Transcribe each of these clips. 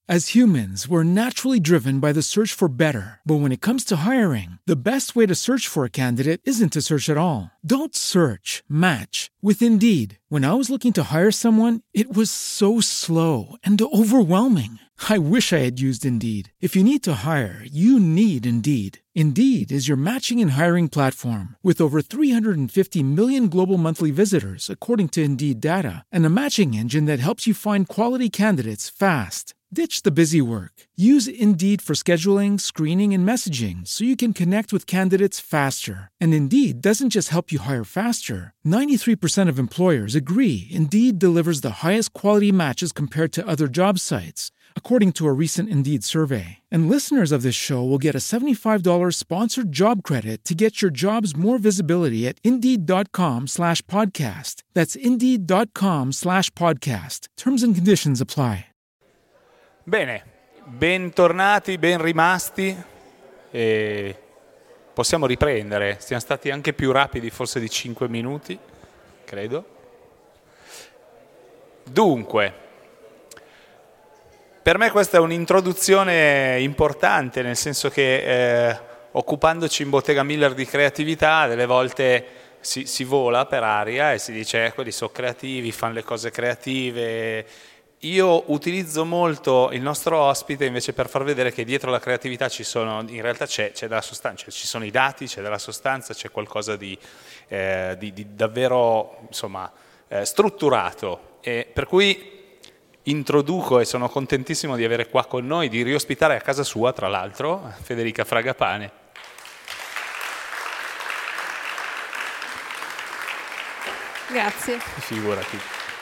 As humans, we're naturally driven by the search for better. But when it comes to hiring, the best way to search for a candidate isn't to search at all. Don't search, match with Indeed. When I was looking to hire someone, it was so slow and overwhelming. I wish I had used Indeed. If you need to hire, you need Indeed. Indeed is your matching and hiring platform with over 350 million global monthly visitors, according to Indeed data, and a matching engine that helps you find quality candidates fast. Ditch the busy work. Use Indeed for scheduling, screening, and messaging so you can connect with candidates faster. And Indeed doesn't just help you hire faster. 93% of employers agree Indeed delivers the highest quality matches compared to other job sites, according to a recent Indeed survey. And listeners of this show will get a $75 sponsored job credit to get your jobs more visibility at Indeed.com/podcast. That's Indeed.com/podcast. Terms and conditions apply. Bene, bentornati, ben rimasti. E possiamo riprendere. Siamo stati anche più rapidi, forse di 5 minuti, credo. Dunque, per me questa è un'introduzione importante, nel senso che occupandoci in Bottega Miller di creatività, delle volte si vola per aria e si dice quelli sono creativi, fanno le cose creative. Io utilizzo molto il nostro ospite invece per far vedere che dietro la creatività in realtà c'è della sostanza, ci sono i dati, c'è della sostanza, c'è qualcosa di davvero strutturato. Per cui introduco e sono contentissimo di avere qua con noi, di riospitare a casa sua, tra l'altro, Federica Fragapane. Grazie. Figurati.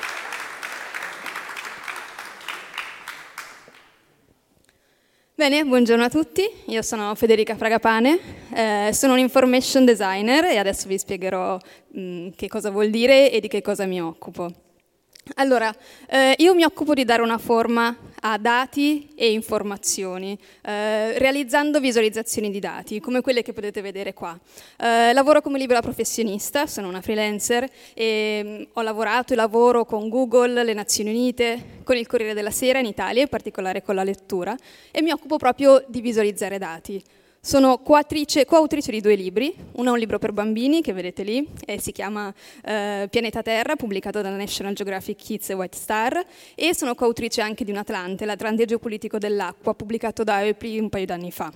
Bene, buongiorno a tutti, io sono Federica Fragapane, sono un information designer e adesso vi spiegherò che cosa vuol dire e di che cosa mi occupo. Allora, io mi occupo di dare una forma a dati e informazioni, realizzando visualizzazioni di dati, come quelle che potete vedere qua. Lavoro come libera professionista, sono una freelancer e ho lavorato e lavoro con Google, le Nazioni Unite, con il Corriere della Sera in Italia, in particolare con la lettura, e mi occupo proprio di visualizzare dati. Sono coautrice di 2 libri, uno è un libro per bambini che vedete lì e si chiama Pianeta Terra, pubblicato da National Geographic Kids e White Star, e sono coautrice anche di un l'Atlante geopolitico dell'acqua, pubblicato da EPRI un paio d'anni fa.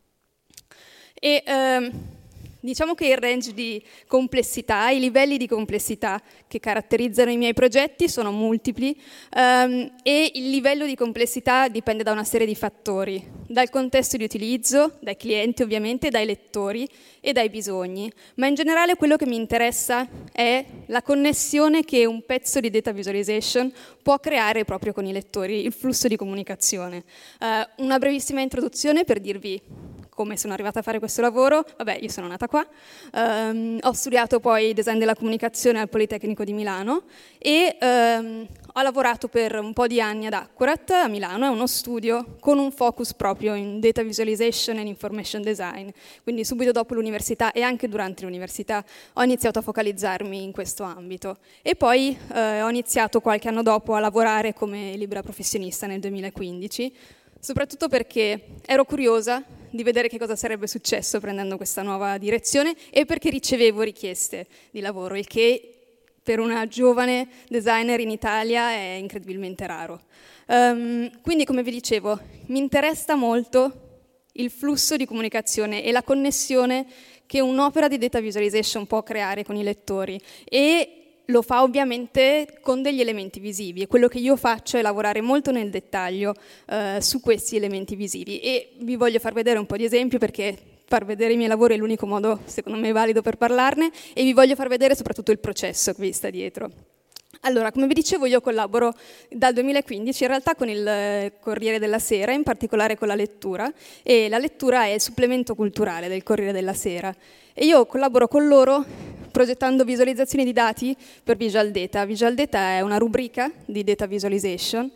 E diciamo che il range di complessità, i livelli di complessità che caratterizzano i miei progetti sono multipli e il livello di complessità dipende da una serie di fattori, dal contesto di utilizzo, dai clienti ovviamente, dai lettori e dai bisogni, ma in generale quello che mi interessa è la connessione che un pezzo di data visualization può creare proprio con i lettori, il flusso di comunicazione. Una brevissima introduzione per dirvi come sono arrivata a fare questo lavoro. Vabbè, io sono nata qua, ho studiato poi design della comunicazione al Politecnico di Milano e ho lavorato per un po' di anni ad Accurat a Milano, è uno studio con un focus proprio in data visualization and information design, quindi subito dopo l'università e anche durante l'università ho iniziato a focalizzarmi in questo ambito e poi ho iniziato qualche anno dopo a lavorare come libera professionista nel 2015, soprattutto perché ero curiosa di vedere che cosa sarebbe successo prendendo questa nuova direzione e perché ricevevo richieste di lavoro, il che per una giovane designer in Italia è incredibilmente raro. Quindi, come vi dicevo, mi interessa molto il flusso di comunicazione e la connessione che un'opera di data visualization può creare con i lettori e lo fa ovviamente con degli elementi visivi e quello che io faccio è lavorare molto nel dettaglio su questi elementi visivi e vi voglio far vedere un po' di esempi perché far vedere i miei lavori è l'unico modo secondo me valido per parlarne e vi voglio far vedere soprattutto il processo che vi sta dietro. Allora, come vi dicevo, io collaboro dal 2015 in realtà con il Corriere della Sera, in particolare con la lettura, e la lettura è il supplemento culturale del Corriere della Sera. E io collaboro con loro progettando visualizzazioni di dati per Visual Data. Visual Data è una rubrica di data visualization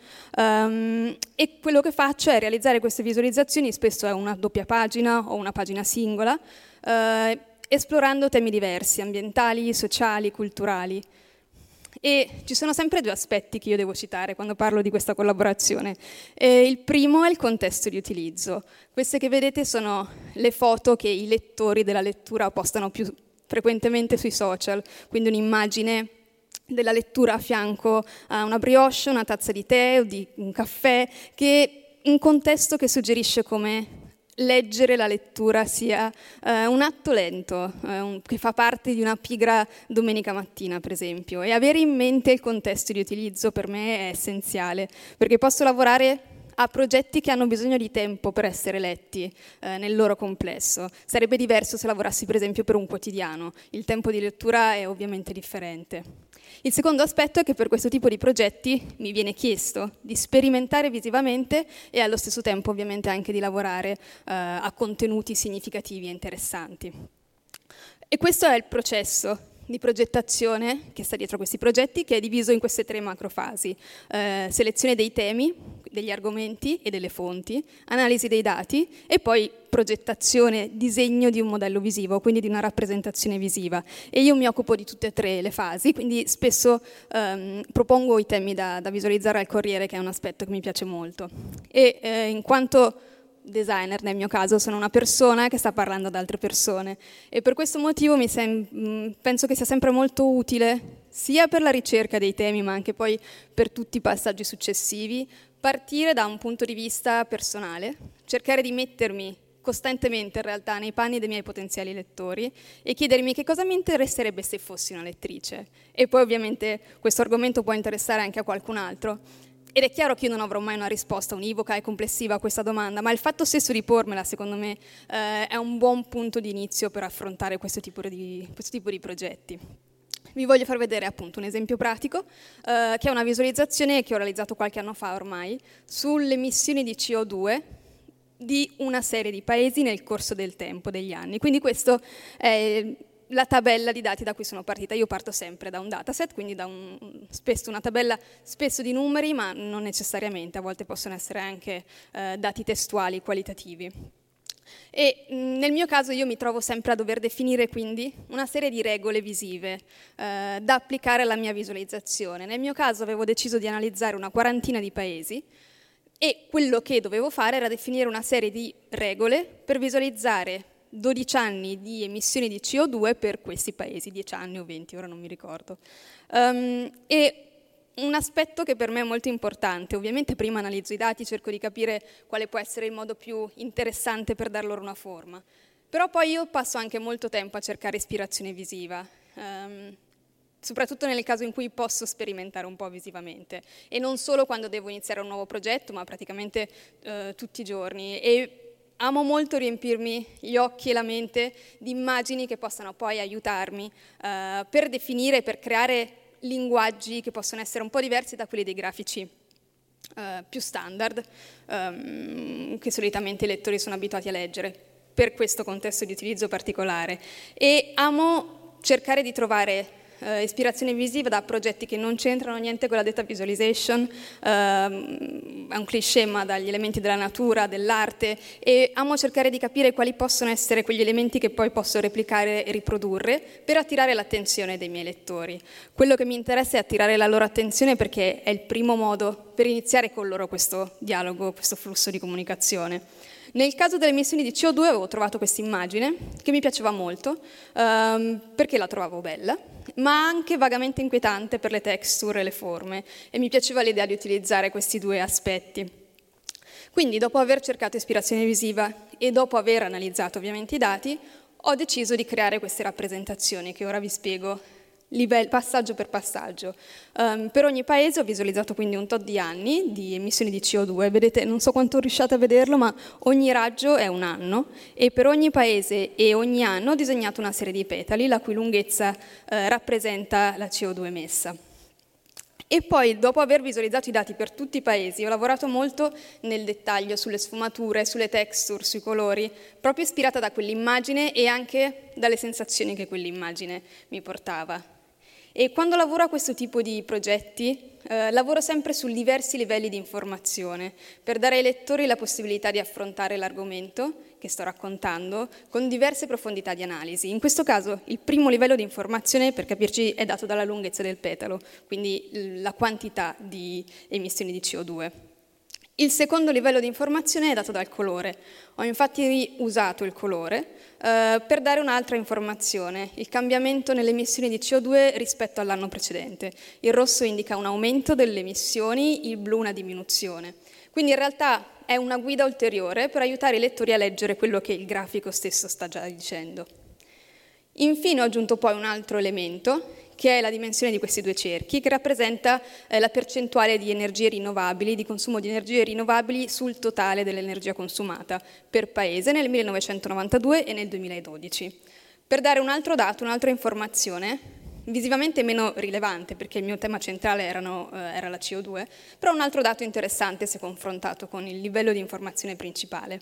e quello che faccio è realizzare queste visualizzazioni, spesso è una doppia pagina o una pagina singola, esplorando temi diversi, ambientali, sociali, culturali. E ci sono sempre due aspetti che io devo citare quando parlo di questa collaborazione. Il primo è il contesto di utilizzo. Queste che vedete sono le foto che i lettori della lettura postano più frequentemente sui social, quindi un'immagine della lettura a fianco a una brioche, una tazza di tè o di un caffè, che un contesto che suggerisce come leggere la lettura sia un atto lento, che fa parte di una pigra domenica mattina, per esempio. E avere in mente il contesto di utilizzo per me è essenziale, perché posso lavorare a progetti che hanno bisogno di tempo per essere letti nel loro complesso. Sarebbe diverso se lavorassi, per esempio, per un quotidiano. Il tempo di lettura è ovviamente differente. Il secondo aspetto è che per questo tipo di progetti mi viene chiesto di sperimentare visivamente e allo stesso tempo ovviamente anche di lavorare a contenuti significativi e interessanti. E questo è il processo di progettazione che sta dietro questi progetti, che è diviso in queste 3 macrofasi: selezione dei temi, degli argomenti e delle fonti, analisi dei dati e poi progettazione, disegno di un modello visivo, quindi di una rappresentazione visiva. E io mi occupo di tutte e 3 le fasi, quindi spesso propongo i temi da visualizzare al Corriere, che è un aspetto che mi piace molto. E in quanto designer, nel mio caso, sono una persona che sta parlando ad altre persone e per questo motivo penso che sia sempre molto utile, sia per la ricerca dei temi ma anche poi per tutti i passaggi successivi, partire da un punto di vista personale, cercare di mettermi costantemente in realtà nei panni dei miei potenziali lettori e chiedermi che cosa mi interesserebbe se fossi una lettrice. E poi ovviamente questo argomento può interessare anche a qualcun altro. Ed è chiaro che io non avrò mai una risposta univoca e complessiva a questa domanda, ma il fatto stesso di pormela, secondo me, è un buon punto di inizio per affrontare questo tipo di progetti. Vi voglio far vedere appunto un esempio pratico, che è una visualizzazione che ho realizzato qualche anno fa ormai, sulle emissioni di CO2 di una serie di paesi nel corso del tempo, degli anni. Quindi questo è la tabella di dati da cui sono partita. Io parto sempre da un dataset, quindi da una tabella spesso di numeri, ma non necessariamente, a volte possono essere anche dati testuali, qualitativi. E nel mio caso io mi trovo sempre a dover definire quindi una serie di regole visive da applicare alla mia visualizzazione. Nel mio caso avevo deciso di analizzare una quarantina di paesi e quello che dovevo fare era definire una serie di regole per visualizzare 12 anni di emissioni di CO2 per questi paesi, 10 anni o 20, ora non mi ricordo. E un aspetto che per me è molto importante, ovviamente prima analizzo i dati, cerco di capire quale può essere il modo più interessante per dar loro una forma, però poi io passo anche molto tempo a cercare ispirazione visiva, soprattutto nel caso in cui posso sperimentare un po' visivamente, e non solo quando devo iniziare un nuovo progetto, ma praticamente tutti i giorni. E amo molto riempirmi gli occhi e la mente di immagini che possano poi aiutarmi per definire, per creare linguaggi che possono essere un po' diversi da quelli dei grafici più standard che solitamente i lettori sono abituati a leggere per questo contesto di utilizzo particolare. E amo cercare di trovare ispirazione visiva da progetti che non c'entrano niente con la data visualization, è un cliché, ma dagli elementi della natura, dell'arte, e amo cercare di capire quali possono essere quegli elementi che poi posso replicare e riprodurre per attirare l'attenzione dei miei lettori. Quello che mi interessa è attirare la loro attenzione perché è il primo modo per iniziare con loro questo dialogo, questo flusso di comunicazione. Nel caso delle emissioni di CO2 avevo trovato questa immagine che mi piaceva molto perché la trovavo bella, ma anche vagamente inquietante per le texture e le forme, e mi piaceva l'idea di utilizzare questi 2 aspetti. Quindi dopo aver cercato ispirazione visiva e dopo aver analizzato ovviamente i dati, ho deciso di creare queste rappresentazioni che ora vi spiego passaggio per passaggio. Per ogni paese ho visualizzato quindi un tot di anni di emissioni di CO2, vedete, non so quanto riusciate a vederlo, ma ogni raggio è un anno, e per ogni paese e ogni anno ho disegnato una serie di petali, la cui lunghezza rappresenta la CO2 emessa. E poi, dopo aver visualizzato i dati per tutti i paesi, ho lavorato molto nel dettaglio sulle sfumature, sulle texture, sui colori, proprio ispirata da quell'immagine e anche dalle sensazioni che quell'immagine mi portava. E quando lavoro a questo tipo di progetti, lavoro sempre su diversi livelli di informazione per dare ai lettori la possibilità di affrontare l'argomento che sto raccontando con diverse profondità di analisi. In questo caso il primo livello di informazione, per capirci, è dato dalla lunghezza del petalo, quindi la quantità di emissioni di CO2. Il secondo livello di informazione è dato dal colore. Ho infatti usato il colore per dare un'altra informazione, il cambiamento nelle emissioni di CO2 rispetto all'anno precedente. Il rosso indica un aumento delle emissioni, il blu una diminuzione. Quindi in realtà è una guida ulteriore per aiutare i lettori a leggere quello che il grafico stesso sta già dicendo. Infine ho aggiunto poi un altro elemento, che è la dimensione di questi due cerchi, che rappresenta la percentuale di energie rinnovabili, di consumo di energie rinnovabili sul totale dell'energia consumata per paese nel 1992 e nel 2012. Per dare un altro dato, un'altra informazione, visivamente meno rilevante, perché il mio tema centrale era la CO2, però un altro dato interessante se confrontato con il livello di informazione principale.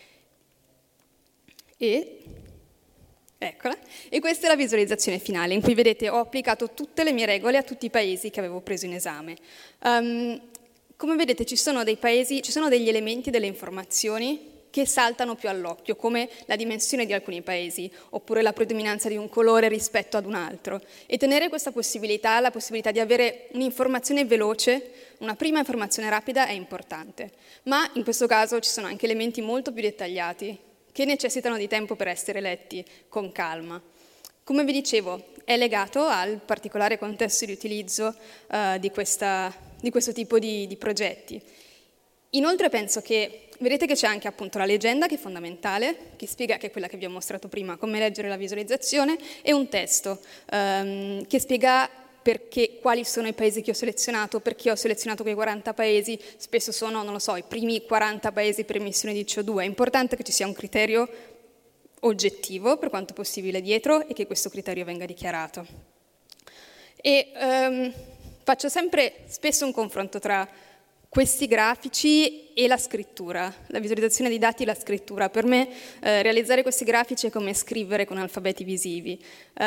Eccola. E questa è la visualizzazione finale, in cui vedete ho applicato tutte le mie regole a tutti i paesi che avevo preso in esame. Come vedete ci sono degli elementi, delle informazioni che saltano più all'occhio, come la dimensione di alcuni paesi, oppure la predominanza di un colore rispetto ad un altro. E tenere questa possibilità, la possibilità di avere un'informazione veloce, una prima informazione rapida, è importante. Ma in questo caso ci sono anche elementi molto più dettagliati, che necessitano di tempo per essere letti con calma. Come vi dicevo, è legato al particolare contesto di utilizzo di questo tipo di progetti. Inoltre penso che, vedete che c'è anche appunto la legenda che è fondamentale, che spiega, che è quella che vi ho mostrato prima, come leggere la visualizzazione, e un testo che spiega quali sono i paesi che ho selezionato, perché ho selezionato quei 40 paesi, spesso sono, non lo so, i primi 40 paesi per emissione di CO2. È importante che ci sia un criterio oggettivo, per quanto possibile, dietro, e che questo criterio venga dichiarato. E faccio spesso un confronto tra questi grafici e la scrittura, la visualizzazione dei dati e la scrittura. Per me realizzare questi grafici è come scrivere con alfabeti visivi.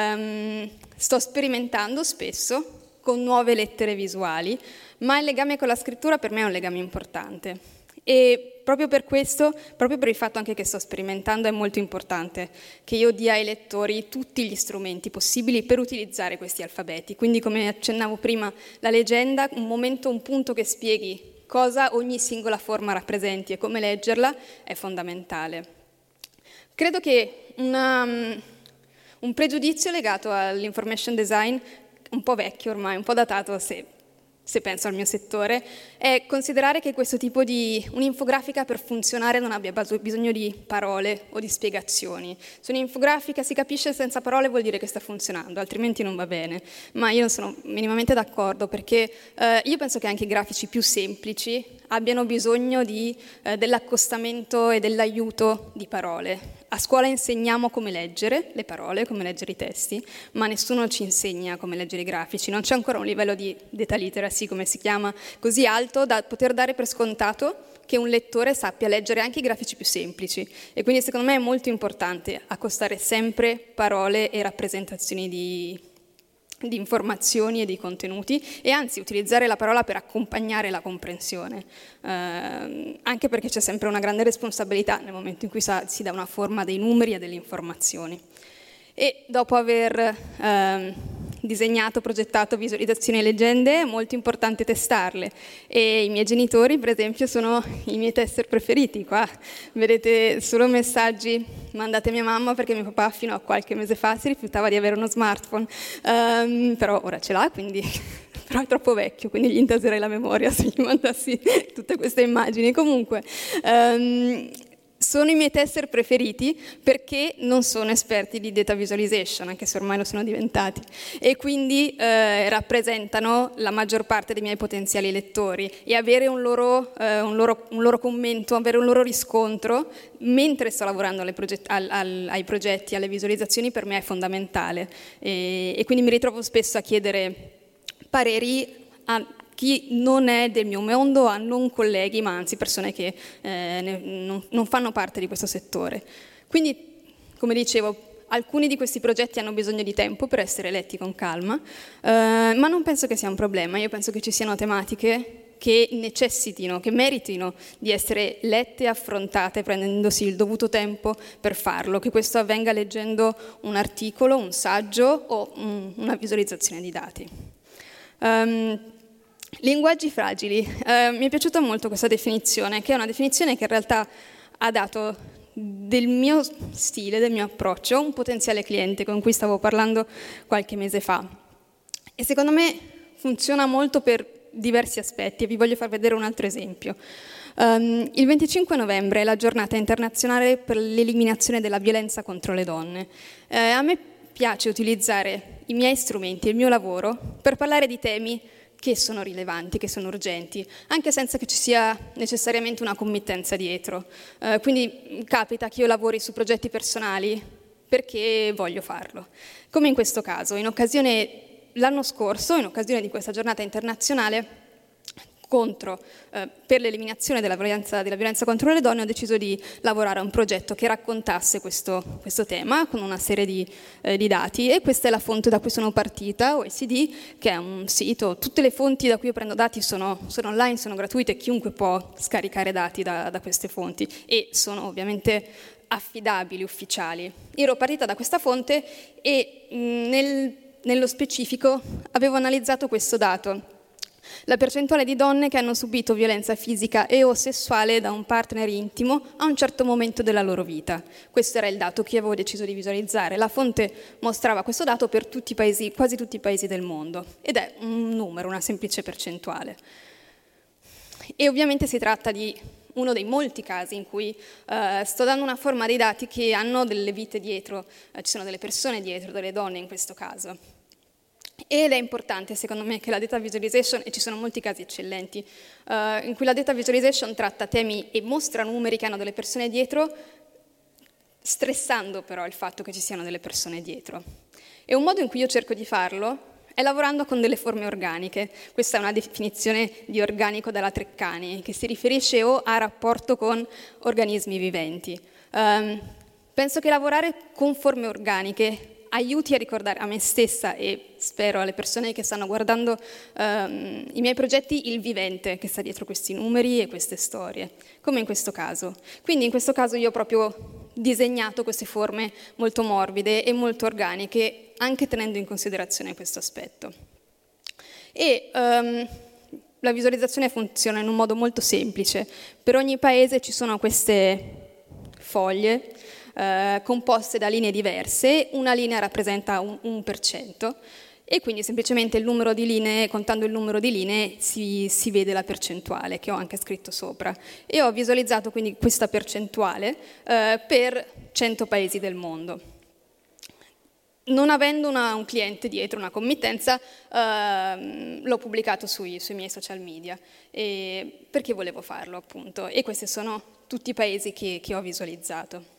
Sto sperimentando spesso con nuove lettere visuali, ma il legame con la scrittura per me è un legame importante. E proprio per questo, proprio per il fatto anche che sto sperimentando, è molto importante che io dia ai lettori tutti gli strumenti possibili per utilizzare questi alfabeti. Quindi, come accennavo prima, la legenda, un punto che spieghi cosa ogni singola forma rappresenti e come leggerla, è fondamentale. Credo che un pregiudizio legato all'information design, un po' vecchio ormai, un po' datato se penso al mio settore, è considerare che questo tipo di un'infografica per funzionare non abbia bisogno di parole o di spiegazioni. Se un'infografica si capisce senza parole vuol dire che sta funzionando, altrimenti non va bene. Ma io non sono minimamente d'accordo, perché io penso che anche i grafici più semplici abbiano bisogno dell'accostamento e dell'aiuto di parole. A scuola insegniamo come leggere le parole, come leggere i testi, ma nessuno ci insegna come leggere i grafici. Non c'è ancora un livello di data literacy, come si chiama, così alto da poter dare per scontato che un lettore sappia leggere anche i grafici più semplici. E quindi secondo me è molto importante accostare sempre parole e rappresentazioni di informazioni e di contenuti, e anzi utilizzare la parola per accompagnare la comprensione, anche perché c'è sempre una grande responsabilità nel momento in cui si dà una forma dei numeri e delle informazioni. E dopo aver disegnato, progettato visualizzazioni e leggende, è molto importante testarle, e i miei genitori, per esempio, sono i miei tester preferiti. Qua vedete solo messaggi mandati a mia mamma, perché mio papà fino a qualche mese fa si rifiutava di avere uno smartphone, però ora ce l'ha, quindi però è troppo vecchio, quindi gli intaserei la memoria se gli mandassi tutte queste immagini. Comunque sono i miei tester preferiti perché non sono esperti di data visualization, anche se ormai lo sono diventati, e quindi rappresentano la maggior parte dei miei potenziali lettori, e avere un loro commento, avere un loro riscontro mentre sto lavorando ai progetti, alle visualizzazioni, per me è fondamentale, e quindi mi ritrovo spesso a chiedere pareri a chi non è del mio mondo, a non colleghi, ma anzi persone che non fanno parte di questo settore. Quindi, come dicevo, alcuni di questi progetti hanno bisogno di tempo per essere letti con calma, ma non penso che sia un problema. Io penso che ci siano tematiche che necessitino, che meritino di essere lette e affrontate prendendosi il dovuto tempo per farlo, che questo avvenga leggendo un articolo, un saggio o una visualizzazione di dati. Linguaggi fragili. Mi è piaciuta molto questa definizione, che è una definizione che in realtà ha dato del mio stile, del mio approccio a un potenziale cliente con cui stavo parlando qualche mese fa. E secondo me funziona molto per diversi aspetti, e vi voglio far vedere un altro esempio. Il 25 novembre è la giornata internazionale per l'eliminazione della violenza contro le donne. A me piace utilizzare i miei strumenti, il mio lavoro, per parlare di temi che sono rilevanti, che sono urgenti, anche senza che ci sia necessariamente una committenza dietro. Quindi capita che io lavori su progetti personali perché voglio farlo. Come in questo caso, l'anno scorso, in occasione di questa giornata internazionale per l'eliminazione della violenza contro le donne, ho deciso di lavorare a un progetto che raccontasse questo tema con una serie di dati, e questa è la fonte da cui sono partita, OECD, che è un sito. Tutte le fonti da cui io prendo dati sono online, sono gratuite, chiunque può scaricare dati da queste fonti e sono ovviamente affidabili, ufficiali. Io ero partita da questa fonte e nello specifico avevo analizzato questo dato: la percentuale di donne che hanno subito violenza fisica e o sessuale da un partner intimo a un certo momento della loro vita. Questo era il dato che avevo deciso di visualizzare. La fonte mostrava questo dato per tutti i paesi, quasi tutti i paesi del mondo, ed è un numero, una semplice percentuale. E ovviamente si tratta di uno dei molti casi in cui sto dando una forma dei dati che hanno delle vite dietro, ci sono delle persone dietro, delle donne in questo caso. Ed è importante, secondo me, che la data visualization, e ci sono molti casi eccellenti, in cui la data visualization tratta temi e mostra numeri che hanno delle persone dietro, stressando però il fatto che ci siano delle persone dietro. E un modo in cui io cerco di farlo è lavorando con delle forme organiche. Questa è una definizione di organico dalla Treccani, che si riferisce a rapporto con organismi viventi. Penso che lavorare con forme organiche aiuti a ricordare a me stessa e spero alle persone che stanno guardando i miei progetti il vivente che sta dietro questi numeri e queste storie, come in questo caso. Quindi in questo caso io ho proprio disegnato queste forme molto morbide e molto organiche, anche tenendo in considerazione questo aspetto. E la visualizzazione funziona in un modo molto semplice. Per ogni paese ci sono queste foglie composte da linee diverse, una linea rappresenta un 1%, e quindi semplicemente il numero di linee, contando il numero di linee, si vede la percentuale, che ho anche scritto sopra. E ho visualizzato quindi questa percentuale per 100 paesi del mondo. Non avendo un cliente dietro, una committenza, l'ho pubblicato sui miei social media, perché volevo farlo, appunto. E questi sono tutti i paesi che ho visualizzato.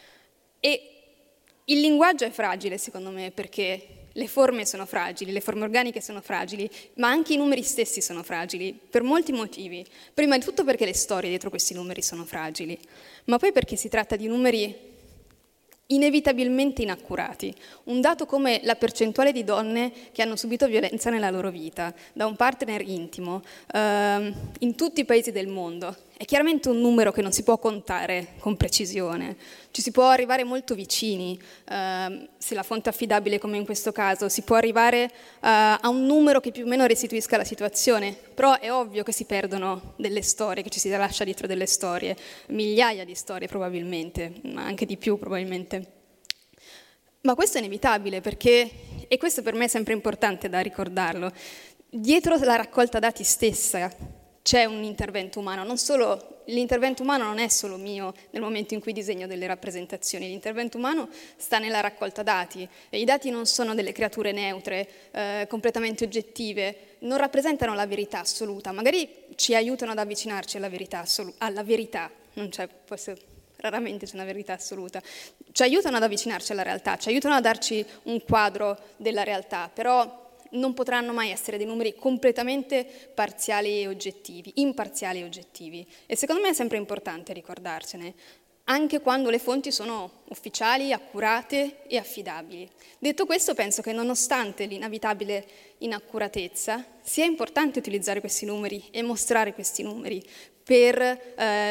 E il linguaggio è fragile, secondo me, perché le forme sono fragili, le forme organiche sono fragili, ma anche i numeri stessi sono fragili, per molti motivi. Prima di tutto perché le storie dietro questi numeri sono fragili, ma poi perché si tratta di numeri inevitabilmente inaccurati. Un dato come la percentuale di donne che hanno subito violenza nella loro vita da un partner intimo in tutti i paesi del mondo è chiaramente un numero che non si può contare con precisione. Ci si può arrivare molto vicini, se la fonte è affidabile come in questo caso, si può arrivare a un numero che più o meno restituisca la situazione, però è ovvio che si perdono delle storie, che ci si lascia dietro delle storie, migliaia di storie probabilmente, ma anche di più probabilmente. Ma questo è inevitabile perché, e questo per me è sempre importante da ricordarlo, dietro la raccolta dati stessa c'è un intervento umano, l'intervento umano non è solo mio nel momento in cui disegno delle rappresentazioni, l'intervento umano sta nella raccolta dati, e i dati non sono delle creature neutre, completamente oggettive, non rappresentano la verità assoluta, magari ci aiutano ad avvicinarci alla verità, non c'è, raramente c'è una verità assoluta, ci aiutano ad avvicinarci alla realtà, ci aiutano a darci un quadro della realtà, però non potranno mai essere dei numeri completamente parziali e oggettivi, imparziali e oggettivi. E secondo me è sempre importante ricordarcene. anche quando le fonti sono ufficiali, accurate e affidabili. Detto questo, penso che nonostante l'inevitabile inaccuratezza, sia importante utilizzare questi numeri e mostrare questi numeri per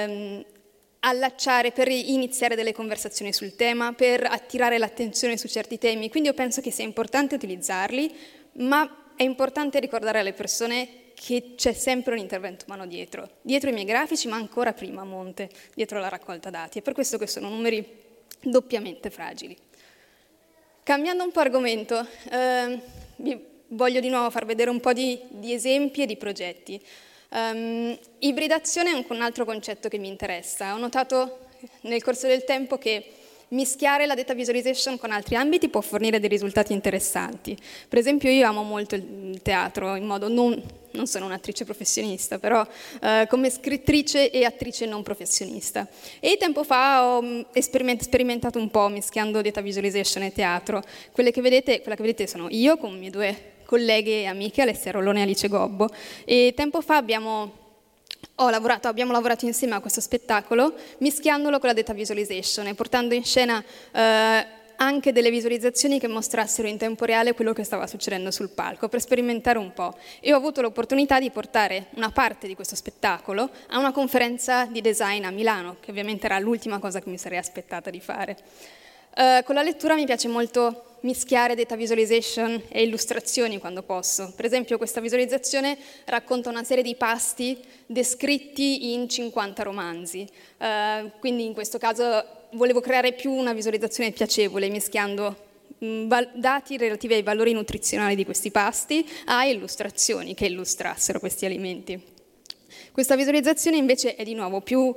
allacciare, per iniziare delle conversazioni sul tema, per attirare l'attenzione su certi temi. Quindi io penso che sia importante utilizzarli, ma è importante ricordare alle persone che c'è sempre un intervento umano dietro i miei grafici, ma ancora prima a monte, dietro la raccolta dati. È per questo che sono numeri doppiamente fragili. Cambiando un po' argomento, vi voglio di nuovo far vedere un po' di esempi e di progetti. Ibridazione è anche un altro concetto che mi interessa. Ho notato nel corso del tempo che mischiare la data visualization con altri ambiti può fornire dei risultati interessanti. Per esempio io amo molto il teatro, in modo non sono un'attrice professionista, però come scrittrice e attrice non professionista. E tempo fa ho sperimentato un po' mischiando data visualization e teatro. Quella che vedete sono io con mie due colleghe e amiche, Alessia Rollone e Alice Gobbo, e tempo fa abbiamo lavorato insieme a questo spettacolo mischiandolo con la data visualization e portando in scena anche delle visualizzazioni che mostrassero in tempo reale quello che stava succedendo sul palco, per sperimentare un po'. E ho avuto l'opportunità di portare una parte di questo spettacolo a una conferenza di design a Milano, che ovviamente era l'ultima cosa che mi sarei aspettata di fare. Con la lettura mi piace molto mischiare data visualization e illustrazioni quando posso. Per esempio questa visualizzazione racconta una serie di pasti descritti in 50 romanzi, quindi in questo caso volevo creare più una visualizzazione piacevole mischiando dati relativi ai valori nutrizionali di questi pasti a illustrazioni che illustrassero questi alimenti. Questa visualizzazione invece è di nuovo più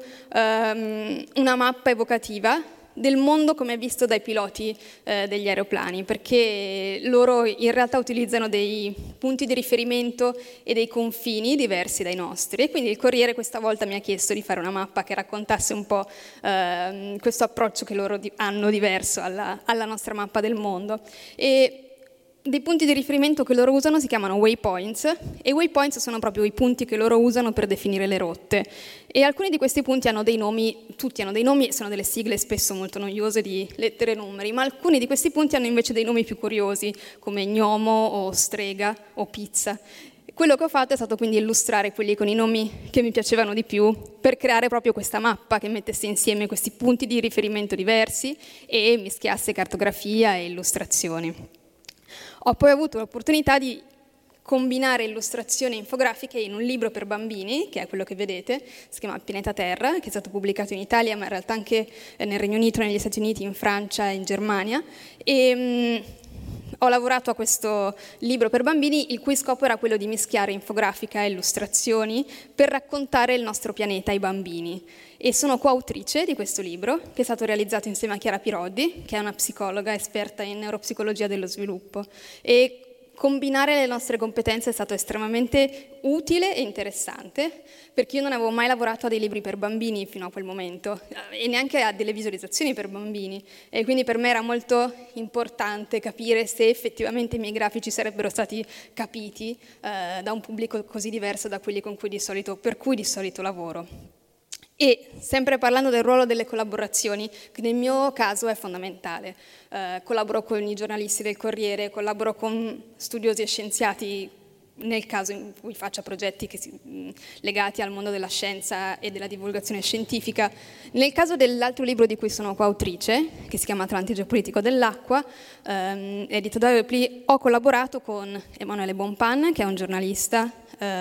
una mappa evocativa del mondo come è visto dai piloti degli aeroplani, perché loro in realtà utilizzano dei punti di riferimento e dei confini diversi dai nostri, e quindi il Corriere questa volta mi ha chiesto di fare una mappa che raccontasse un po' questo approccio che loro hanno diverso alla nostra mappa del mondo. E dei punti di riferimento che loro usano si chiamano waypoints, e waypoints sono proprio i punti che loro usano per definire le rotte. E alcuni di questi punti hanno dei nomi, tutti hanno dei nomi e sono delle sigle spesso molto noiose di lettere e numeri, ma alcuni di questi punti hanno invece dei nomi più curiosi, come gnomo o strega o pizza. Quello che ho fatto è stato quindi illustrare quelli con i nomi che mi piacevano di più per creare proprio questa mappa che mettesse insieme questi punti di riferimento diversi e mischiasse cartografia e illustrazioni. Ho poi avuto l'opportunità di combinare illustrazioni e infografiche in un libro per bambini, che è quello che vedete, si chiama Pianeta Terra, che è stato pubblicato in Italia, ma in realtà anche nel Regno Unito, negli Stati Uniti, in Francia e in Germania. E ho lavorato a questo libro per bambini, il cui scopo era quello di mischiare infografica e illustrazioni per raccontare il nostro pianeta ai bambini. E sono coautrice di questo libro, che è stato realizzato insieme a Chiara Piroddi, che è una psicologa esperta in neuropsicologia dello sviluppo. E combinare le nostre competenze è stato estremamente utile e interessante, perché io non avevo mai lavorato a dei libri per bambini fino a quel momento, e neanche a delle visualizzazioni per bambini. E quindi per me era molto importante capire se effettivamente i miei grafici sarebbero stati capiti da un pubblico così diverso da quelli per cui di solito lavoro. E sempre parlando del ruolo delle collaborazioni, che nel mio caso è fondamentale. Collaboro con i giornalisti del Corriere, collaboro con studiosi e scienziati nel caso in cui faccia progetti legati al mondo della scienza e della divulgazione scientifica. Nel caso dell'altro libro di cui sono coautrice, che si chiama Atlante geopolitico dell'acqua, edito da Eupli, ho collaborato con Emanuele Bonpan, che è un giornalista,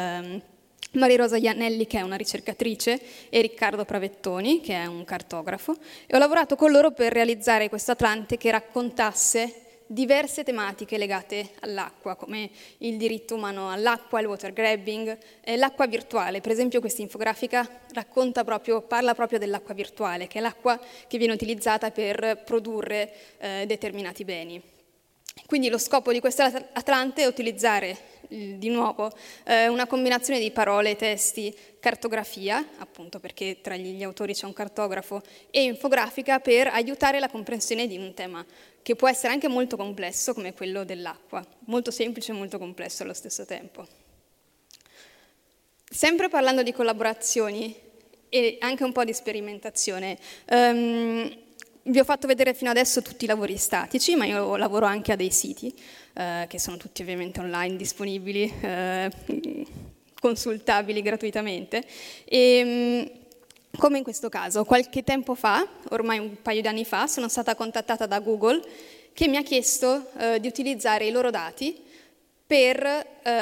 Maria Rosa Iannelli, che è una ricercatrice, e Riccardo Pravettoni, che è un cartografo, e ho lavorato con loro per realizzare questo Atlante che raccontasse diverse tematiche legate all'acqua, come il diritto umano all'acqua, il water grabbing, l'acqua virtuale. Per esempio questa infografica parla proprio dell'acqua virtuale, che è l'acqua che viene utilizzata per produrre determinati beni. Quindi lo scopo di questo Atlante è utilizzare di nuovo una combinazione di parole, testi, cartografia, appunto perché tra gli autori c'è un cartografo, e infografica per aiutare la comprensione di un tema che può essere anche molto complesso come quello dell'acqua, molto semplice e molto complesso allo stesso tempo. Sempre parlando di collaborazioni, e anche un po' di sperimentazione. Vi ho fatto vedere fino adesso tutti i lavori statici, ma io lavoro anche a dei siti, che sono tutti ovviamente online, disponibili, consultabili gratuitamente. Come in questo caso, qualche tempo fa, ormai un paio di anni fa, sono stata contattata da Google che mi ha chiesto di utilizzare i loro dati per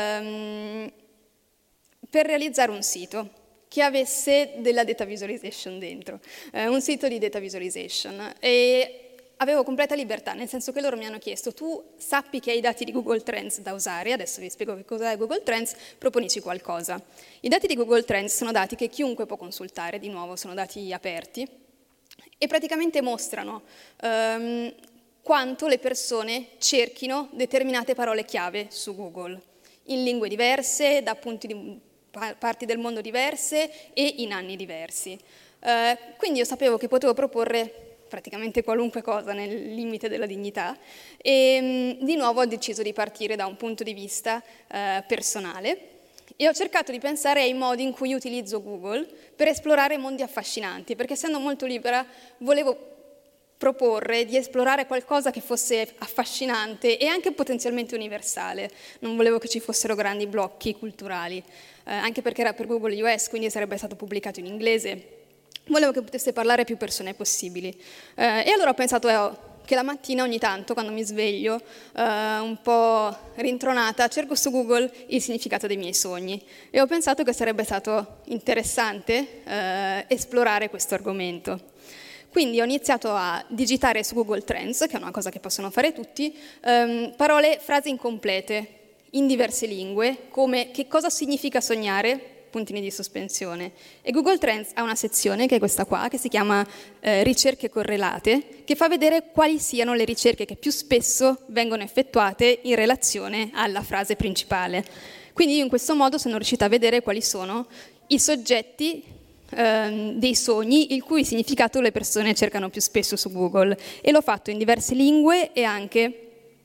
realizzare un sito che avesse della data visualization dentro, un sito di data visualization. E avevo completa libertà, nel senso che loro mi hanno chiesto: tu sappi che hai i dati di Google Trends da usare, adesso vi spiego che cos'è Google Trends, proponici qualcosa. I dati di Google Trends sono dati che chiunque può consultare, di nuovo sono dati aperti, e praticamente mostrano quanto le persone cerchino determinate parole chiave su Google, in lingue diverse, da parti del mondo diverse e in anni diversi. Quindi io sapevo che potevo proporre praticamente qualunque cosa nel limite della dignità e di nuovo ho deciso di partire da un punto di vista personale e ho cercato di pensare ai modi in cui utilizzo Google per esplorare mondi affascinanti, perché essendo molto libera volevo proporre di esplorare qualcosa che fosse affascinante e anche potenzialmente universale. Non volevo che ci fossero grandi blocchi culturali, anche perché era per Google US, quindi sarebbe stato pubblicato in inglese. Volevo che potesse parlare a più persone possibili. E allora ho pensato che la mattina ogni tanto, quando mi sveglio, un po' rintronata, cerco su Google il significato dei miei sogni. E ho pensato che sarebbe stato interessante esplorare questo argomento. Quindi ho iniziato a digitare su Google Trends, che è una cosa che possono fare tutti, frasi incomplete in diverse lingue, come che cosa significa sognare, puntini di sospensione. E Google Trends ha una sezione, che è questa qua, che si chiama ricerche correlate, che fa vedere quali siano le ricerche che più spesso vengono effettuate in relazione alla frase principale. Quindi io in questo modo sono riuscita a vedere quali sono i soggetti dei sogni il cui significato le persone cercano più spesso su Google, e l'ho fatto in diverse lingue e anche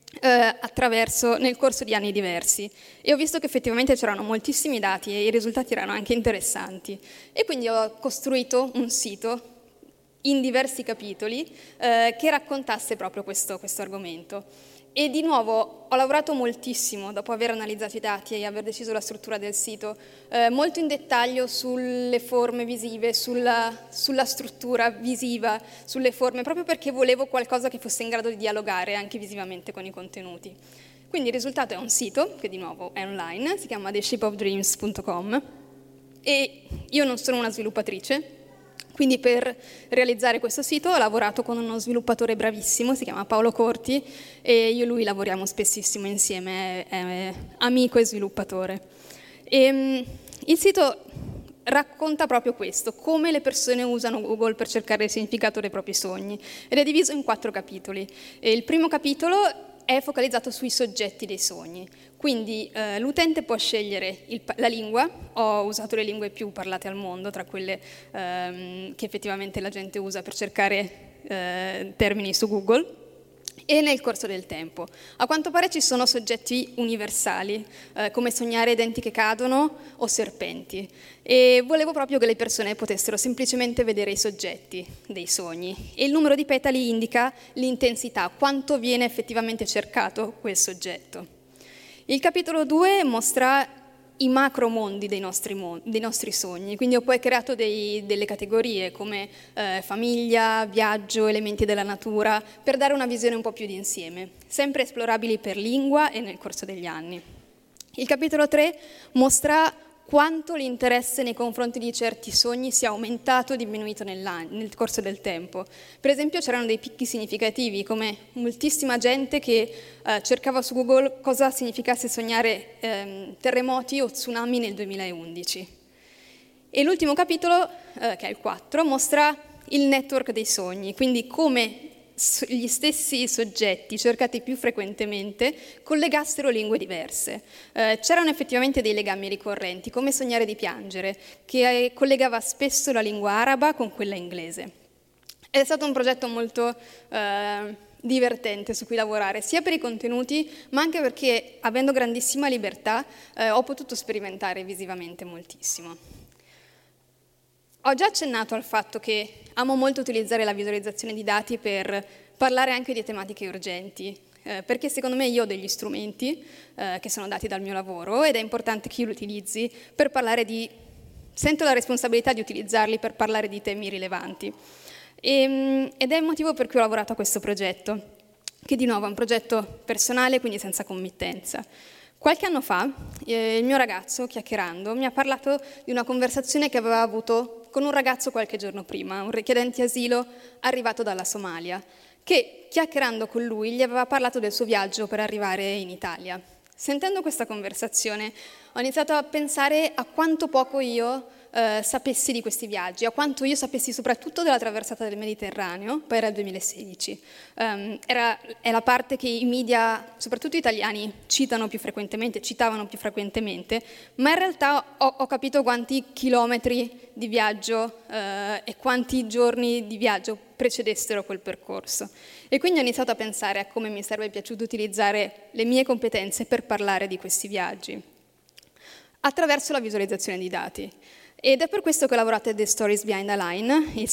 nel corso di anni diversi, e ho visto che effettivamente c'erano moltissimi dati e i risultati erano anche interessanti, e quindi ho costruito un sito in diversi capitoli che raccontasse proprio questo argomento. E di nuovo ho lavorato moltissimo dopo aver analizzato i dati e aver deciso la struttura del sito, molto in dettaglio sulle forme visive, sulla struttura visiva, sulle forme, proprio perché volevo qualcosa che fosse in grado di dialogare anche visivamente con i contenuti. Quindi il risultato è un sito, che di nuovo è online, si chiama theshipofdreams.com, e io non sono una sviluppatrice. Quindi per realizzare questo sito ho lavorato con uno sviluppatore bravissimo, si chiama Paolo Corti, e io e lui lavoriamo spessissimo insieme, è amico e sviluppatore. E il sito racconta proprio questo, come le persone usano Google per cercare il significato dei propri sogni, ed è diviso in 4 capitoli. E il primo capitolo è focalizzato sui soggetti dei sogni, quindi l'utente può scegliere la lingua. Ho usato le lingue più parlate al mondo, tra quelle che effettivamente la gente usa per cercare termini su Google, e nel corso del tempo. A quanto pare ci sono soggetti universali, come sognare denti che cadono o serpenti, e volevo proprio che le persone potessero semplicemente vedere i soggetti dei sogni, e il numero di petali indica l'intensità, quanto viene effettivamente cercato quel soggetto. Il capitolo 2 mostra i macromondi dei nostri sogni, quindi ho poi creato delle categorie come famiglia, viaggio, elementi della natura, per dare una visione un po' più d'insieme, sempre esplorabili per lingua e nel corso degli anni. Il capitolo 3 mostra quanto l'interesse nei confronti di certi sogni sia aumentato o diminuito nel corso del tempo. Per esempio c'erano dei picchi significativi, come moltissima gente che cercava su Google cosa significasse sognare terremoti o tsunami nel 2011. E l'ultimo capitolo, che è il 4, mostra il network dei sogni, quindi come gli stessi soggetti cercati più frequentemente collegassero lingue diverse. C'erano effettivamente dei legami ricorrenti, come sognare di piangere, che collegava spesso la lingua araba con quella inglese. È stato un progetto molto divertente su cui lavorare, sia per i contenuti, ma anche perché, avendo grandissima libertà, ho potuto sperimentare visivamente moltissimo. Ho già accennato al fatto che amo molto utilizzare la visualizzazione di dati per parlare anche di tematiche urgenti, perché secondo me io ho degli strumenti che sono dati dal mio lavoro ed è importante che io li utilizzi per parlare di... Sento la responsabilità di utilizzarli per parlare di temi rilevanti. Ed è il motivo per cui ho lavorato a questo progetto, che di nuovo è un progetto personale, quindi senza committenza. Qualche anno fa il mio ragazzo, chiacchierando, mi ha parlato di una conversazione che aveva avuto con un ragazzo qualche giorno prima, un richiedente asilo arrivato dalla Somalia, che chiacchierando con lui gli aveva parlato del suo viaggio per arrivare in Italia. Sentendo questa conversazione ho iniziato a pensare a quanto poco io sapessi di questi viaggi, a quanto io sapessi soprattutto della traversata del Mediterraneo, poi era il 2016. È la parte che i media, soprattutto italiani, citavano più frequentemente, ma in realtà ho capito quanti chilometri di viaggio e quanti giorni di viaggio precedessero quel percorso. E quindi ho iniziato a pensare a come mi sarebbe piaciuto utilizzare le mie competenze per parlare di questi viaggi, attraverso la visualizzazione di dati. Ed è per questo che ho lavorato a The Stories Behind the Line, che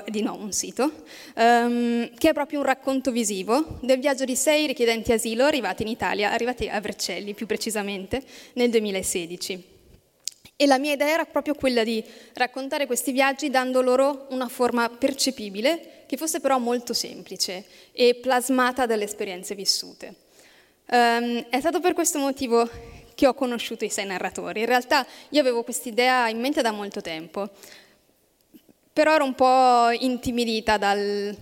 è proprio un racconto visivo del viaggio di 6 richiedenti asilo arrivati in Italia, arrivati a Vercelli più precisamente, nel 2016. E la mia idea era proprio quella di raccontare questi viaggi dando loro una forma percepibile, che fosse però molto semplice e plasmata dalle esperienze vissute. È stato per questo motivo che ho conosciuto i 6 narratori. In realtà io avevo quest'idea in mente da molto tempo, però ero un po' intimidita dal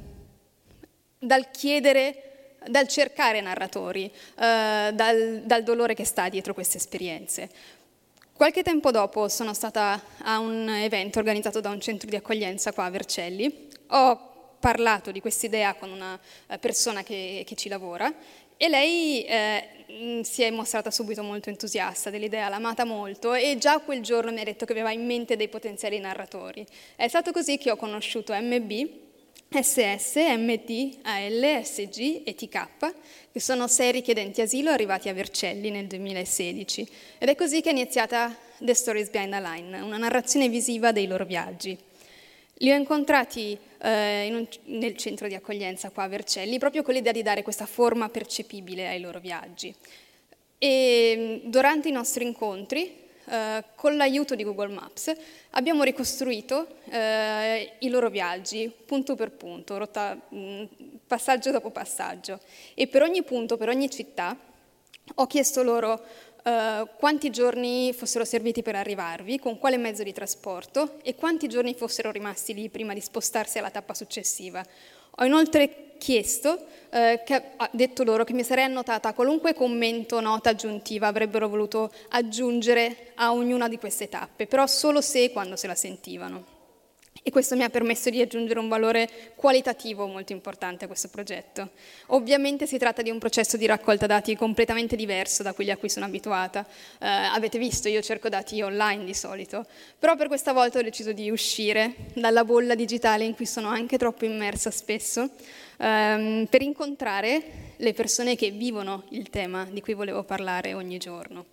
chiedere, dal cercare narratori, dal dolore che sta dietro queste esperienze. Qualche tempo dopo sono stata a un evento organizzato da un centro di accoglienza qua a Vercelli. Ho parlato di quest'idea con una persona che ci lavora e lei si è mostrata subito molto entusiasta dell'idea, l'ha amata molto e già quel giorno mi ha detto che aveva in mente dei potenziali narratori. È stato così che ho conosciuto MB, SS, MD, AL, SG e TK, che sono 6 richiedenti asilo arrivati a Vercelli nel 2016. Ed è così che è iniziata The Stories Behind the Line, una narrazione visiva dei loro viaggi. Li ho incontrati nel centro di accoglienza qua a Vercelli, proprio con l'idea di dare questa forma percepibile ai loro viaggi. E durante i nostri incontri, con l'aiuto di Google Maps, abbiamo ricostruito i loro viaggi punto per punto, passaggio dopo passaggio. E per ogni punto, per ogni città, ho chiesto loro quanti giorni fossero serviti per arrivarvi, con quale mezzo di trasporto e quanti giorni fossero rimasti lì prima di spostarsi alla tappa successiva. Ho inoltre chiesto, detto loro che mi sarei annotata qualunque commento o nota aggiuntiva avrebbero voluto aggiungere a ognuna di queste tappe, però solo se e quando se la sentivano. E questo mi ha permesso di aggiungere un valore qualitativo molto importante a questo progetto. Ovviamente si tratta di un processo di raccolta dati completamente diverso da quelli a cui sono abituata. Avete visto, io cerco dati online di solito, però per questa volta ho deciso di uscire dalla bolla digitale in cui sono anche troppo immersa spesso, per incontrare le persone che vivono il tema di cui volevo parlare ogni giorno.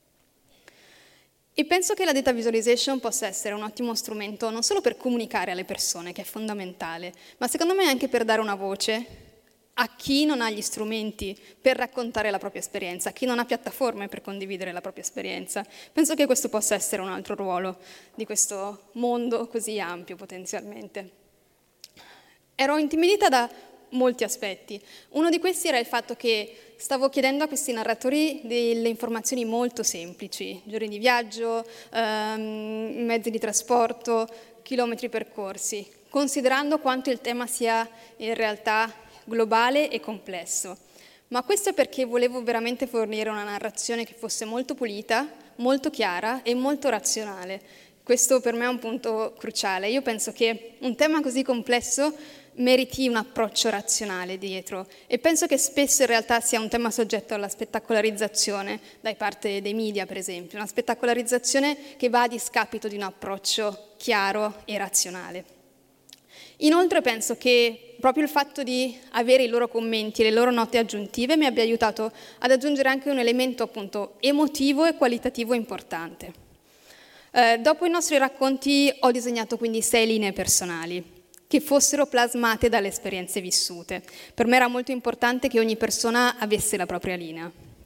E penso che la data visualization possa essere un ottimo strumento non solo per comunicare alle persone, che è fondamentale, ma secondo me anche per dare una voce a chi non ha gli strumenti per raccontare la propria esperienza, a chi non ha piattaforme per condividere la propria esperienza. Penso che questo possa essere un altro ruolo di questo mondo così ampio potenzialmente. Ero intimidita da molti aspetti. Uno di questi era il fatto che stavo chiedendo a questi narratori delle informazioni molto semplici, giorni di viaggio, mezzi di trasporto, chilometri percorsi, considerando quanto il tema sia in realtà globale e complesso. Ma questo è perché volevo veramente fornire una narrazione che fosse molto pulita, molto chiara e molto razionale. Questo per me è un punto cruciale. Io penso che un tema così complesso meriti un approccio razionale dietro e penso che spesso in realtà sia un tema soggetto alla spettacolarizzazione da parte dei media, per esempio, una spettacolarizzazione che va a discapito di un approccio chiaro e razionale. Inoltre penso che proprio il fatto di avere i loro commenti e le loro note aggiuntive mi abbia aiutato ad aggiungere anche un elemento appunto emotivo e qualitativo importante. Dopo i nostri racconti ho disegnato quindi 6 linee personali che fossero plasmate dalle esperienze vissute. Per me era molto importante che ogni persona avesse la propria linea.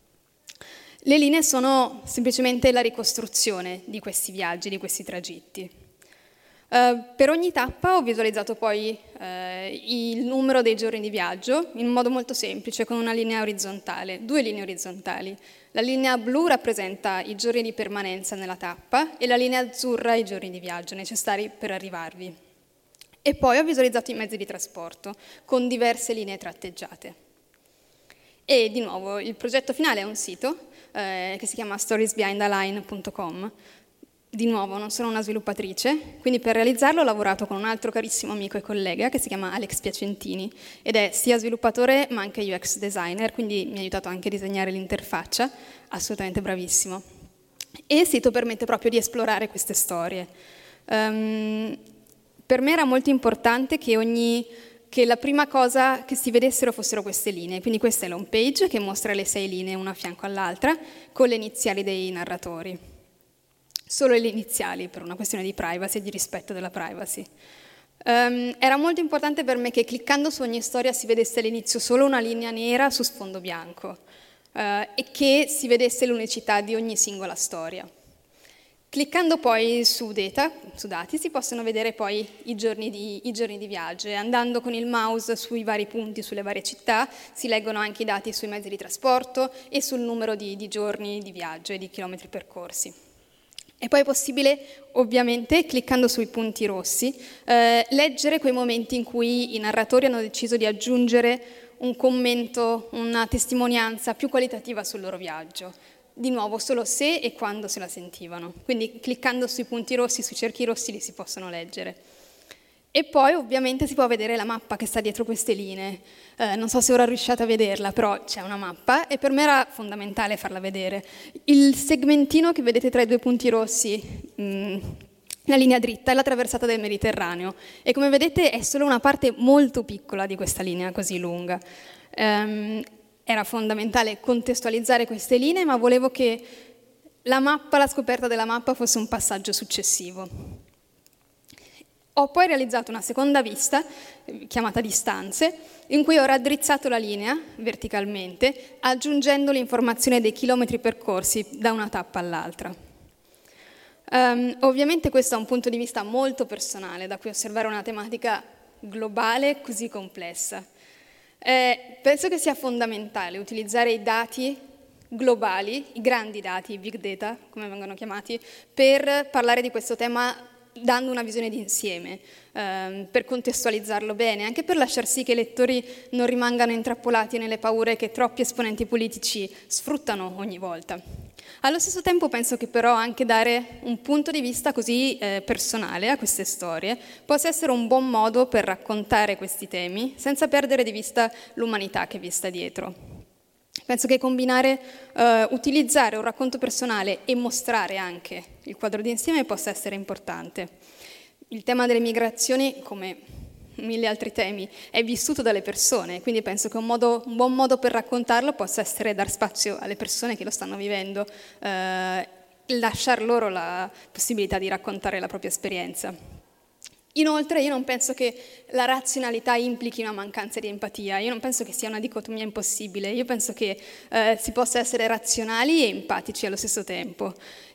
Le linee sono semplicemente la ricostruzione di questi viaggi, di questi tragitti. Per ogni tappa ho visualizzato poi il numero dei giorni di viaggio in modo molto semplice, con una linea orizzontale, 2 linee orizzontali. La linea blu rappresenta i giorni di permanenza nella tappa e la linea azzurra i giorni di viaggio necessari per arrivarvi. E poi ho visualizzato i mezzi di trasporto con diverse linee tratteggiate. E di nuovo il progetto finale è un sito che si chiama storiesbehindaline.com. Di nuovo non sono una sviluppatrice, quindi per realizzarlo ho lavorato con un altro carissimo amico e collega che si chiama Alex Piacentini ed è sia sviluppatore ma anche UX designer, quindi mi ha aiutato anche a disegnare l'interfaccia, assolutamente bravissimo. E il sito permette proprio di esplorare queste storie. Per me era molto importante che la prima cosa che si vedessero fossero queste linee, quindi questa è l'home page che mostra le 6 linee una a fianco all'altra con le iniziali dei narratori. Solo le iniziali per una questione di privacy e di rispetto della privacy. Era molto importante per me che cliccando su ogni storia si vedesse all'inizio solo una linea nera su sfondo bianco e che si vedesse l'unicità di ogni singola storia. Cliccando poi su dati, si possono vedere poi i giorni di viaggio e andando con il mouse sui vari punti, sulle varie città, si leggono anche i dati sui mezzi di trasporto e sul numero di giorni di viaggio e di chilometri percorsi. E poi è possibile, ovviamente, cliccando sui punti rossi, leggere quei momenti in cui i narratori hanno deciso di aggiungere un commento, una testimonianza più qualitativa sul loro viaggio. Di nuovo, solo se e quando se la sentivano. Quindi cliccando sui punti rossi, sui cerchi rossi, li si possono leggere. E poi ovviamente si può vedere la mappa che sta dietro queste linee. Non so se ora riusciate a vederla, però c'è una mappa e per me era fondamentale farla vedere. Il segmentino che vedete tra i 2 punti rossi, la linea dritta, è la traversata del Mediterraneo e come vedete è solo una parte molto piccola di questa linea così lunga. Era fondamentale contestualizzare queste linee, ma volevo che la scoperta della mappa fosse un passaggio successivo. Ho poi realizzato una seconda vista, chiamata distanze, in cui ho raddrizzato la linea verticalmente, aggiungendo l'informazione dei chilometri percorsi da una tappa all'altra. Ovviamente questo è un punto di vista molto personale, da cui osservare una tematica globale così complessa. Penso che sia fondamentale utilizzare i dati globali, i grandi dati, i big data, come vengono chiamati, per parlare di questo tema dando una visione d'insieme, per contestualizzarlo bene, anche per lasciar sì che i lettori non rimangano intrappolati nelle paure che troppi esponenti politici sfruttano ogni volta. Allo stesso tempo penso che però anche dare un punto di vista così personale a queste storie possa essere un buon modo per raccontare questi temi senza perdere di vista l'umanità che vi sta dietro. Penso che utilizzare un racconto personale e mostrare anche il quadro d'insieme possa essere importante. Il tema delle migrazioni, come 1000 altri temi, è vissuto dalle persone, quindi penso che un buon modo per raccontarlo possa essere dar spazio alle persone che lo stanno vivendo, lasciar loro la possibilità di raccontare la propria esperienza. Inoltre io non penso che la razionalità implichi una mancanza di empatia, io non penso che sia una dicotomia impossibile, io penso che si possa essere razionali e empatici allo stesso tempo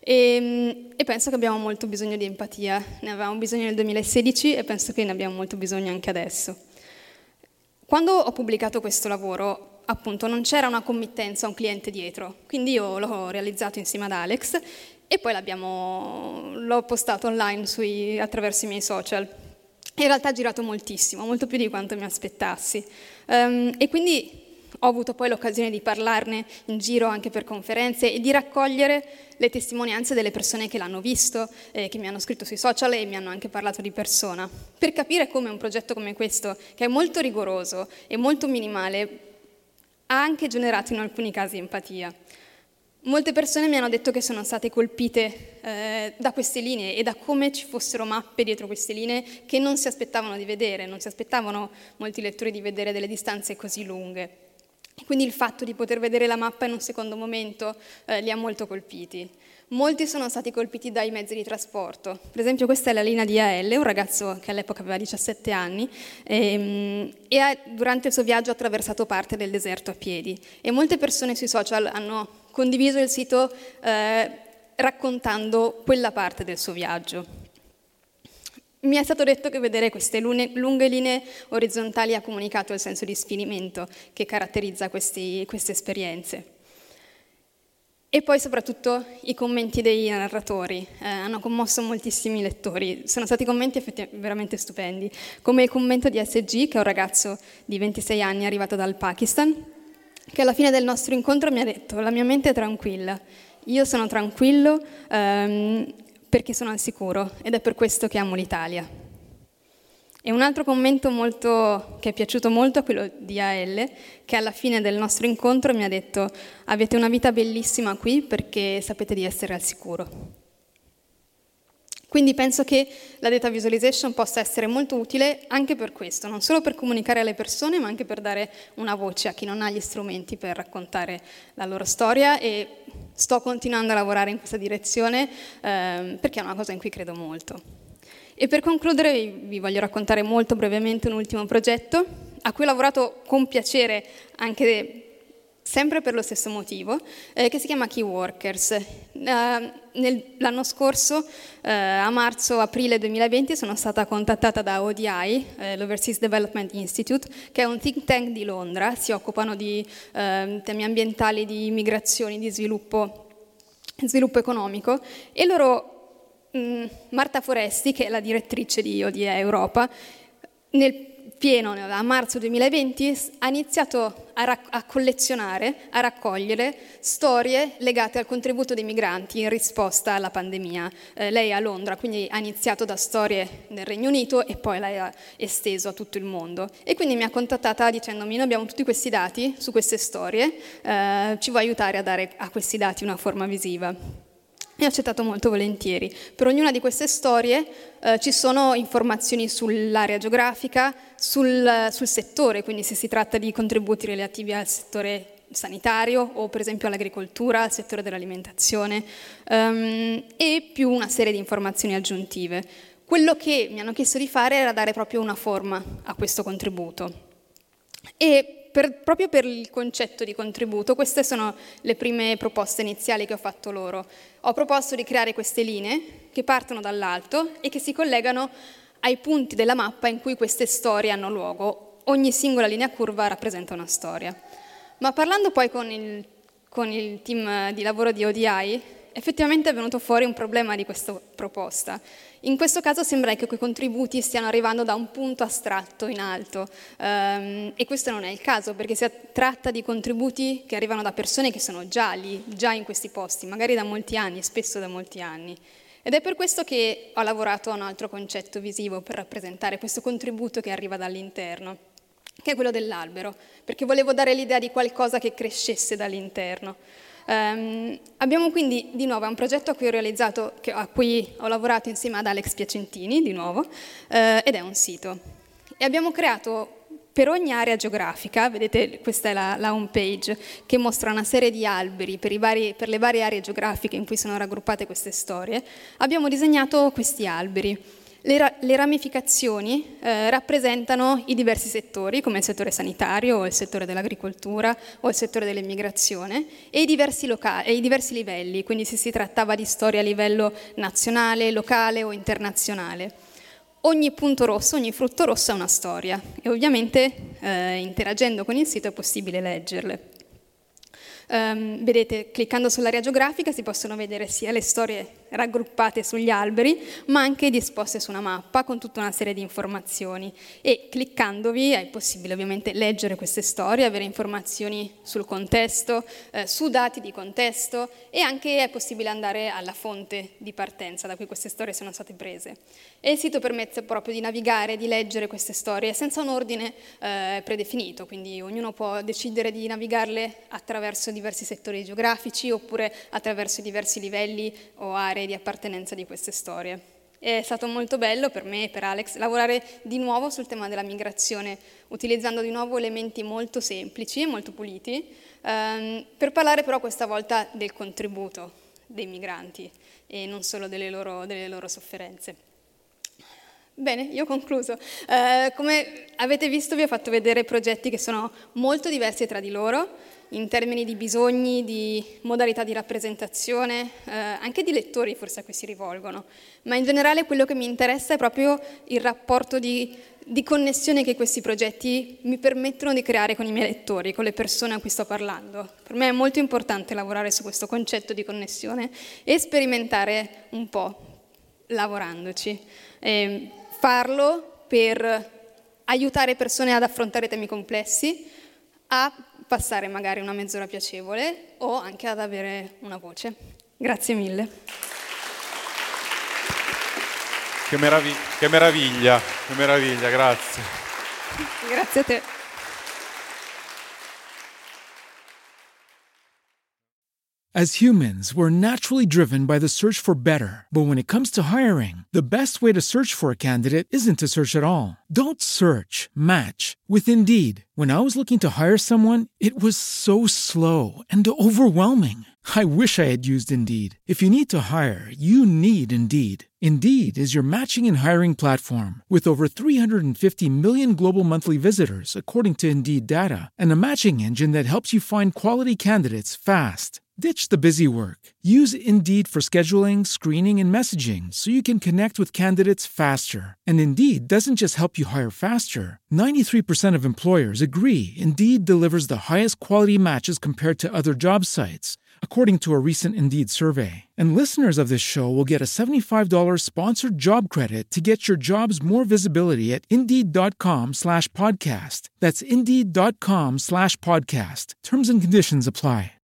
e penso che abbiamo molto bisogno di empatia, ne avevamo bisogno nel 2016 e penso che ne abbiamo molto bisogno anche adesso. Quando ho pubblicato questo lavoro, appunto, non c'era una committenza, un cliente dietro, quindi io l'ho realizzato insieme ad Alex e poi l'ho postato online attraverso i miei social. In realtà ha girato moltissimo, molto più di quanto mi aspettassi. E quindi ho avuto poi l'occasione di parlarne in giro anche per conferenze e di raccogliere le testimonianze delle persone che l'hanno visto, che mi hanno scritto sui social e mi hanno anche parlato di persona, per capire come un progetto come questo, che è molto rigoroso e molto minimale, ha anche generato in alcuni casi empatia. Molte persone mi hanno detto che sono state colpite da queste linee e da come ci fossero mappe dietro queste linee che non si aspettavano di vedere, non si aspettavano molti lettori di vedere delle distanze così lunghe. Quindi il fatto di poter vedere la mappa in un secondo momento li ha molto colpiti. Molti sono stati colpiti dai mezzi di trasporto. Per esempio questa è la linea di AL, un ragazzo che all'epoca aveva 17 anni durante il suo viaggio ha attraversato parte del deserto a piedi e molte persone sui social hanno condiviso il sito raccontando quella parte del suo viaggio. Mi è stato detto che vedere queste lunghe linee orizzontali ha comunicato il senso di sfinimento che caratterizza queste esperienze. E poi soprattutto i commenti dei narratori hanno commosso moltissimi lettori, sono stati commenti veramente stupendi, come il commento di SG, che è un ragazzo di 26 anni arrivato dal Pakistan, che alla fine del nostro incontro mi ha detto: la mia mente è tranquilla, io sono tranquillo perché sono al sicuro ed è per questo che amo l'Italia. E un altro commento che è piaciuto molto è quello di AL, che alla fine del nostro incontro mi ha detto: avete una vita bellissima qui perché sapete di essere al sicuro. Quindi penso che la data visualization possa essere molto utile anche per questo, non solo per comunicare alle persone, ma anche per dare una voce a chi non ha gli strumenti per raccontare la loro storia, e sto continuando a lavorare in questa direzione perché è una cosa in cui credo molto. E per concludere vi voglio raccontare molto brevemente un ultimo progetto a cui ho lavorato con piacere anche sempre per lo stesso motivo, che si chiama Key Workers. L'anno scorso, a marzo-aprile 2020, sono stata contattata da ODI, l'Overseas Development Institute, che è un think tank di Londra, si occupano di temi ambientali, di migrazioni, di sviluppo economico, e loro Marta Foresti, che è la direttrice di ODI Europa, a marzo 2020 ha iniziato a collezionare, a raccogliere storie legate al contributo dei migranti in risposta alla pandemia. Lei è a Londra, quindi ha iniziato da storie del Regno Unito e poi l'ha esteso a tutto il mondo. E quindi mi ha contattata dicendomi: noi abbiamo tutti questi dati su queste storie, ci vuoi aiutare a dare a questi dati una forma visiva? E ho accettato molto volentieri. Per ognuna di queste storie ci sono informazioni sull'area geografica, sul settore, quindi se si tratta di contributi relativi al settore sanitario o per esempio all'agricoltura, al settore dell'alimentazione, e più una serie di informazioni aggiuntive. Quello che mi hanno chiesto di fare era dare proprio una forma a questo contributo. E proprio per il concetto di contributo, queste sono le prime proposte iniziali che ho fatto loro. Ho proposto di creare queste linee che partono dall'alto e che si collegano ai punti della mappa in cui queste storie hanno luogo. Ogni singola linea curva rappresenta una storia. Ma parlando poi con il team di lavoro di ODI, effettivamente è venuto fuori un problema di questa proposta. In questo caso sembra che quei contributi stiano arrivando da un punto astratto in alto, e questo non è il caso, perché si tratta di contributi che arrivano da persone che sono già lì, già in questi posti, magari da molti anni, spesso da molti anni. Ed è per questo che ho lavorato a un altro concetto visivo per rappresentare questo contributo che arriva dall'interno, che è quello dell'albero, perché volevo dare l'idea di qualcosa che crescesse dall'interno. Abbiamo quindi di nuovo un progetto a cui ho lavorato insieme ad Alex Piacentini di nuovo, ed è un sito, e abbiamo creato per ogni area geografica, vedete questa è la home page che mostra una serie di alberi per le varie aree geografiche in cui sono raggruppate queste storie. Abbiamo disegnato questi alberi. Le ramificazioni rappresentano i diversi settori, come il settore sanitario o il settore dell'agricoltura o il settore dell'immigrazione, e i diversi livelli, quindi se si trattava di storia a livello nazionale, locale o internazionale. Ogni punto rosso, ogni frutto rosso ha una storia e ovviamente interagendo con il sito è possibile leggerle. Vedete, cliccando sull'area geografica si possono vedere sia le storie raggruppate sugli alberi, ma anche disposte su una mappa con tutta una serie di informazioni, e cliccandovi è possibile ovviamente leggere queste storie, avere informazioni sul contesto, su dati di contesto, e anche è possibile andare alla fonte di partenza da cui queste storie sono state prese. E il sito permette proprio di navigare, di leggere queste storie senza un ordine predefinito, quindi ognuno può decidere di navigarle attraverso diversi settori geografici oppure attraverso diversi livelli o aree di appartenenza di queste storie. È stato molto bello per me e per Alex lavorare di nuovo sul tema della migrazione, utilizzando di nuovo elementi molto semplici e molto puliti, per parlare però questa volta del contributo dei migranti e non solo delle loro sofferenze. Bene, io ho concluso. Come avete visto, vi ho fatto vedere progetti che sono molto diversi tra di loro, in termini di bisogni, di modalità di rappresentazione, anche di lettori forse a cui si rivolgono, ma in generale quello che mi interessa è proprio il rapporto di connessione che questi progetti mi permettono di creare con i miei lettori, con le persone a cui sto parlando. Per me è molto importante lavorare su questo concetto di connessione e sperimentare un po' lavorandoci. Farlo per aiutare persone ad affrontare temi complessi, a passare magari una mezz'ora piacevole o anche ad avere una voce. Grazie mille. Che meraviglia, grazie. Grazie a te. As humans, we're naturally driven by the search for better. But when it comes to hiring, the best way to search for a candidate isn't to search at all. Don't search, match with Indeed. When I was looking to hire someone, it was so slow and overwhelming. I wish I had used Indeed. If you need to hire, you need Indeed. Indeed is your matching and hiring platform with over 350 million global monthly visitors, according to Indeed data, and a matching engine that helps you find quality candidates fast. Ditch the busy work. Use Indeed for scheduling, screening, and messaging so you can connect with candidates faster. And Indeed doesn't just help you hire faster. 93% of employers agree Indeed delivers the highest quality matches compared to other job sites, according to a recent Indeed survey. And listeners of this show will get a $75 sponsored job credit to get your jobs more visibility at Indeed.com/podcast. That's Indeed.com/podcast. Terms and conditions apply.